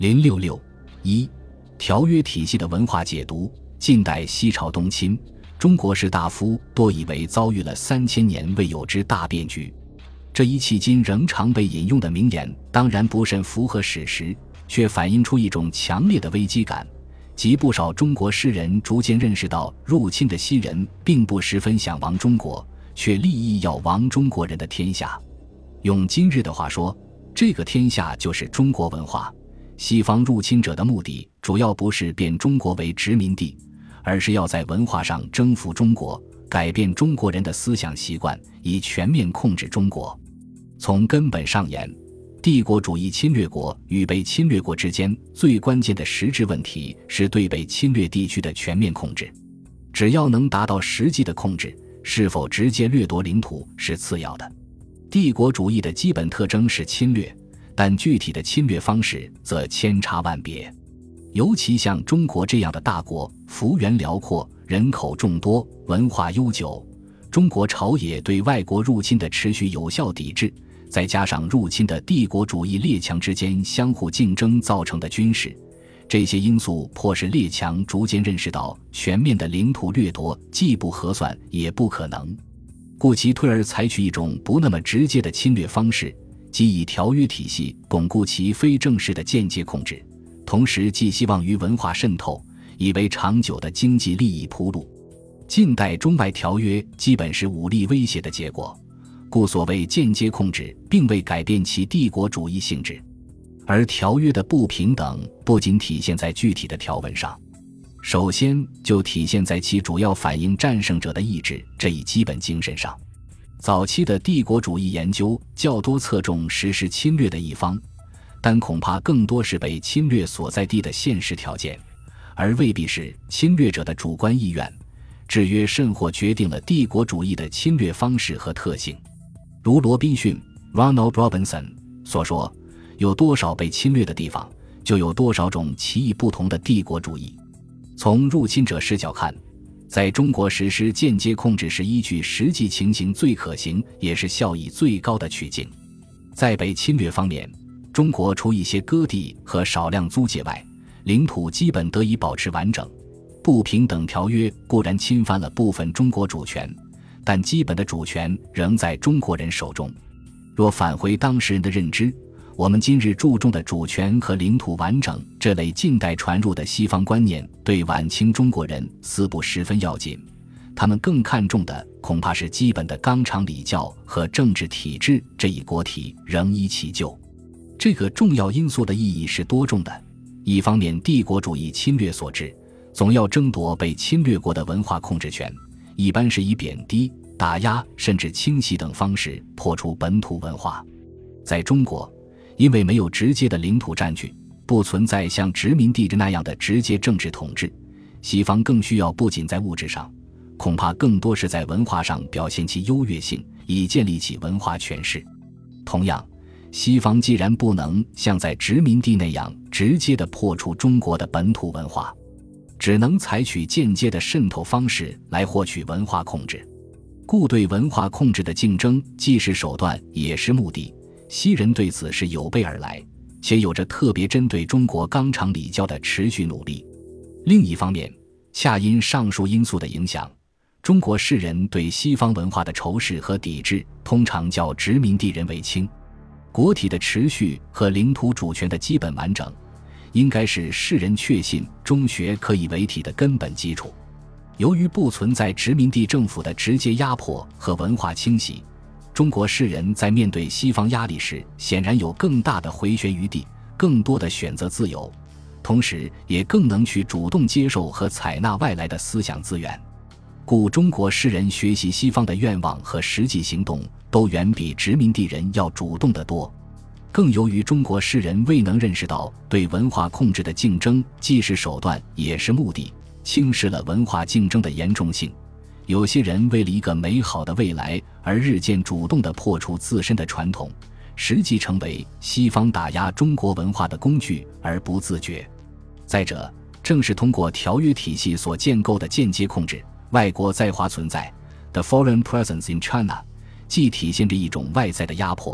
066-1条约体系的文化解读。近代西朝东侵，中国士大夫多以为遭遇了3000年未有之大变局。这一迄今仍常被引用的名言当然不甚符合史实，却反映出一种强烈的危机感，即不少中国诗人逐渐认识到入侵的西人并不十分想亡中国，却立意要亡中国人的天下。用今日的话说，这个天下就是中国文化。西方入侵者的目的主要不是变中国为殖民地，而是要在文化上征服中国，改变中国人的思想习惯，以全面控制中国。从根本上言，帝国主义侵略国与被侵略国之间最关键的实质问题是对被侵略地区的全面控制。只要能达到实际的控制，是否直接掠夺领土是次要的。帝国主义的基本特征是侵略，但具体的侵略方式则千差万别。尤其像中国这样的大国，幅员辽阔，人口众多，文化悠久，中国朝野对外国入侵的持续有效抵制，再加上入侵的帝国主义列强之间相互竞争造成的军事，这些因素迫使列强逐渐认识到全面的领土掠夺既不合算也不可能，故其退而采取一种不那么直接的侵略方式，即以条约体系巩固其非正式的间接控制，同时寄希望于文化渗透，以为长久的经济利益铺路。近代中外条约基本是武力威胁的结果，故所谓间接控制并未改变其帝国主义性质。而条约的不平等不仅体现在具体的条文上，首先就体现在其主要反映战胜者的意志这一基本精神上。早期的帝国主义研究较多侧重实施侵略的一方，但恐怕更多是被侵略所在地的现实条件，而未必是侵略者的主观意愿。制约甚或决定了帝国主义的侵略方式和特性。如罗宾逊 Ronald Robinson 所说，有多少被侵略的地方，就有多少种奇异不同的帝国主义。从入侵者视角看，在中国实施间接控制是依据实际情形最可行也是效益最高的取径。在被侵略方面，中国除一些割地和少量租界外，领土基本得以保持完整。不平等条约固然侵犯了部分中国主权，但基本的主权仍在中国人手中。若返回当事人的认知，我们今日注重的主权和领土完整这类近代传入的西方观念，对晚清中国人似不十分要紧，他们更看重的恐怕是基本的纲常礼教和政治体制这一国体仍依其旧。这个重要因素的意义是多重的，一方面帝国主义侵略所致，总要争夺被侵略国的文化控制权，一般是以贬低、打压甚至清洗等方式破除本土文化。在中国，因为没有直接的领土占据，不存在像殖民地那样的直接政治统治，西方更需要不仅在物质上，恐怕更多是在文化上表现其优越性，以建立起文化权势。同样，西方既然不能像在殖民地那样直接地破除中国的本土文化，只能采取间接的渗透方式来获取文化控制，故对文化控制的竞争既是手段也是目的，西人对此是有备而来，且有着特别针对中国纲常礼教的持续努力。另一方面，恰因上述因素的影响，中国士人对西方文化的仇视和抵制通常较殖民地人为轻。国体的持续和领土主权的基本完整，应该是世人确信中学可以为体的根本基础。由于不存在殖民地政府的直接压迫和文化清洗，中国士人在面对西方压力时显然有更大的回旋余地，更多的选择自由，同时也更能去主动接受和采纳外来的思想资源。故中国士人学习西方的愿望和实际行动都远比殖民地人要主动得多。更由于中国士人未能认识到对文化控制的竞争既是手段也是目的，轻视了文化竞争的严重性，有些人为了一个美好的未来而日渐主动地破除自身的传统，实际成为西方打压中国文化的工具而不自觉。再者，正是通过条约体系所建构的间接控制，外国在华存在 The Foreign Presence in China， 既体现着一种外在的压迫，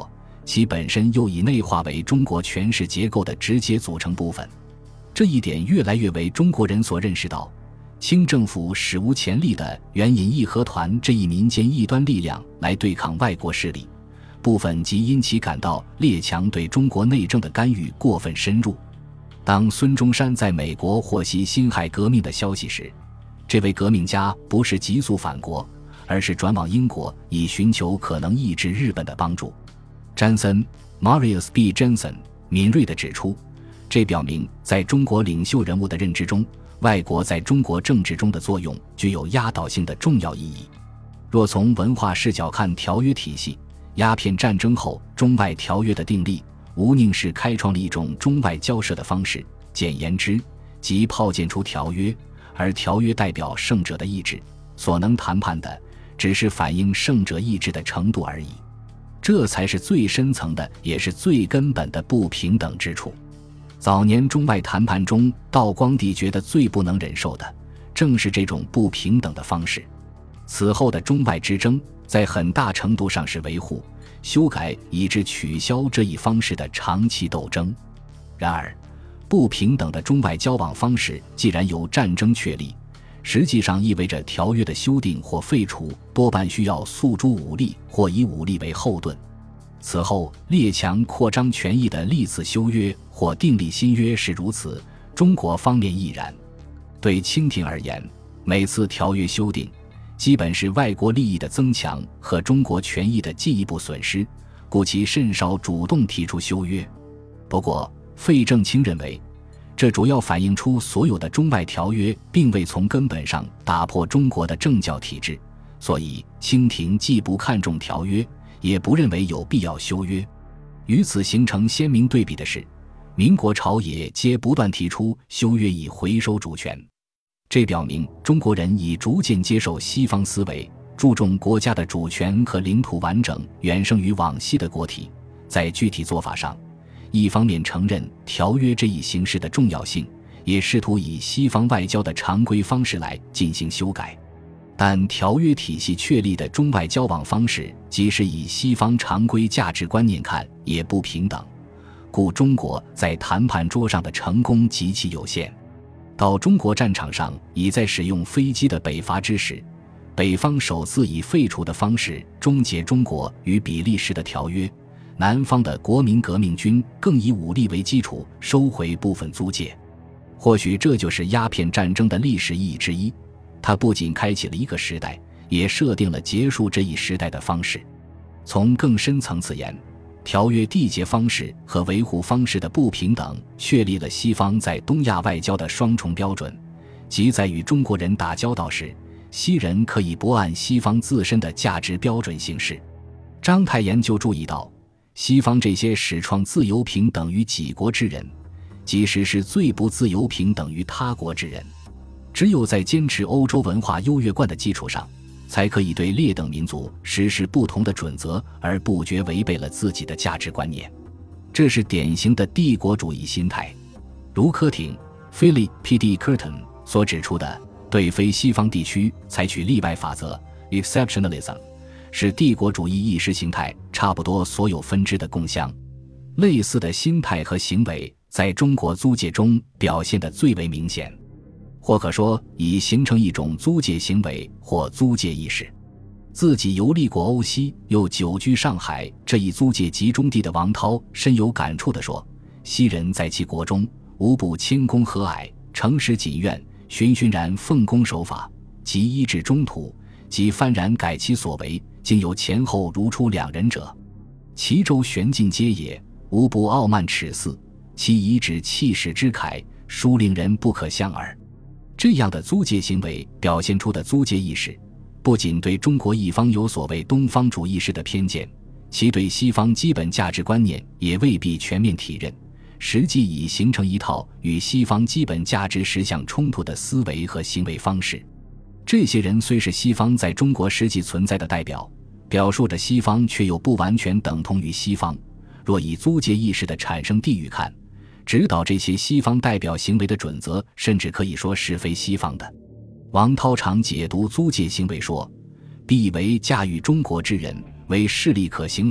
其本身又已内化为中国权势结构的直接组成部分。这一点越来越为中国人所认识到，清政府史无前例地援引义和团这一民间异端力量来对抗外国势力，部分即因其感到列强对中国内政的干预过分深入。当孙中山在美国获悉辛亥革命的消息时，这位革命家不是急速返国，而是转往英国，以寻求可能抑制日本的帮助。詹森 Marius B. Jensen 敏锐地指出，这表明在中国领袖人物的认知中，外国在中国政治中的作用具有压倒性的重要意义。若从文化视角看条约体系，鸦片战争后中外条约的订立，无宁是开创了一种中外交涉的方式，简言之，即炮建出条约，而条约代表胜者的意志，所能谈判的只是反映胜者意志的程度而已。这才是最深层的，也是最根本的不平等之处。早年中外谈判中，道光帝觉得最不能忍受的，正是这种不平等的方式。此后的中外之争，在很大程度上是维护、修改以致取消这一方式的长期斗争。然而，不平等的中外交往方式既然由战争确立，实际上意味着条约的修订或废除多半需要诉诸武力或以武力为后盾。此后列强扩张权益的历次修约或订立新约是如此，中国方面亦然。对清廷而言，每次条约修订基本是外国利益的增强和中国权益的进一步损失，故其甚少主动提出修约。不过费正清认为，这主要反映出所有的中外条约并未从根本上打破中国的政教体制，所以清廷既不看重条约，也不认为有必要修约。与此形成鲜明对比的是，民国朝野皆不断提出修约以回收主权。这表明中国人已逐渐接受西方思维，注重国家的主权和领土完整远胜于往昔的国体。在具体做法上，一方面承认条约这一形式的重要性，也试图以西方外交的常规方式来进行修改。但条约体系确立的中外交往方式，即使以西方常规价值观念看，也不平等，故中国在谈判桌上的成功极其有限。到中国战场上已在使用飞机的北伐之时，北方首次以废除的方式终结中国与比利时的条约，南方的国民革命军更以武力为基础收回部分租界。或许这就是鸦片战争的历史意义之一，它不仅开启了一个时代，也设定了结束这一时代的方式。从更深层次言，条约缔结方式和维护方式的不平等确立了西方在东亚外交的双重标准，即在与中国人打交道时，西人可以不按西方自身的价值标准行事。章太炎就注意到，西方这些始创自由平等于己国之人，其实是最不自由平等于他国之人。只有在坚持欧洲文化优越观的基础上，才可以对劣等民族实施不同的准则，而不觉违背了自己的价值观念。这是典型的帝国主义心态。如柯廷 Philip P.D. Curtin 所指出的，对非西方地区采取例外法则 exceptionalism， 是帝国主义意识形态差不多所有分支的共享。类似的心态和行为在中国租界中表现得最为明显，或可说已形成一种租界行为或租界意识。自己游历过欧西又久居上海这一租界集中地的王涛深有感触地说，西人在其国中无不谦恭和蔼，诚实谨愿，循循然奉公守法，即医治中土，即幡然改其所为，竟有前后如出两人者。其州玄尽皆也，无不傲慢耻肆，其遗指气势之慨，殊令人不可相耳。这样的租界行为表现出的租界意识，不仅对中国一方有所谓东方主义式的偏见，其对西方基本价值观念也未必全面体认，实际已形成一套与西方基本价值实相冲突的思维和行为方式。这些人虽是西方在中国实际存在的代表，表述着西方，却又不完全等同于西方。若以租界意识的产生地域看，指导这些西方代表行为的准则，甚至可以说是非西方的。王涛常解读租界行为说，必以为驾驭中国之人，为势力可行耳，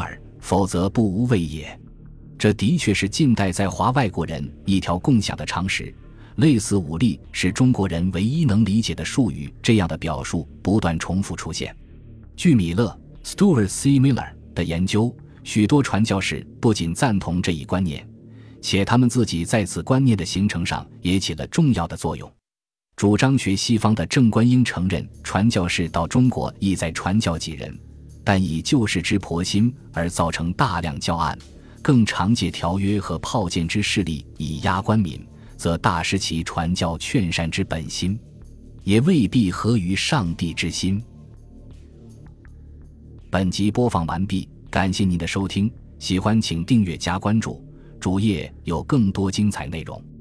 否则不无畏也。这的确是近代在华外国人一条共享的常识，类似武力是中国人唯一能理解的术语这样的表述不断重复出现。据米勒 Stuart C. Miller 的研究，许多传教士不仅赞同这一观念，且他们自己在此观念的形成上也起了重要的作用。主张学西方的郑观应承认传教士到中国意在传教己人，但以救世之迫心而造成大量教案，更常借条约和炮舰之势力以压官民，则大失其传教劝善之本心，也未必合于上帝之心。本集播放完毕，感谢您的收听，喜欢请订阅加关注，主页有更多精彩内容。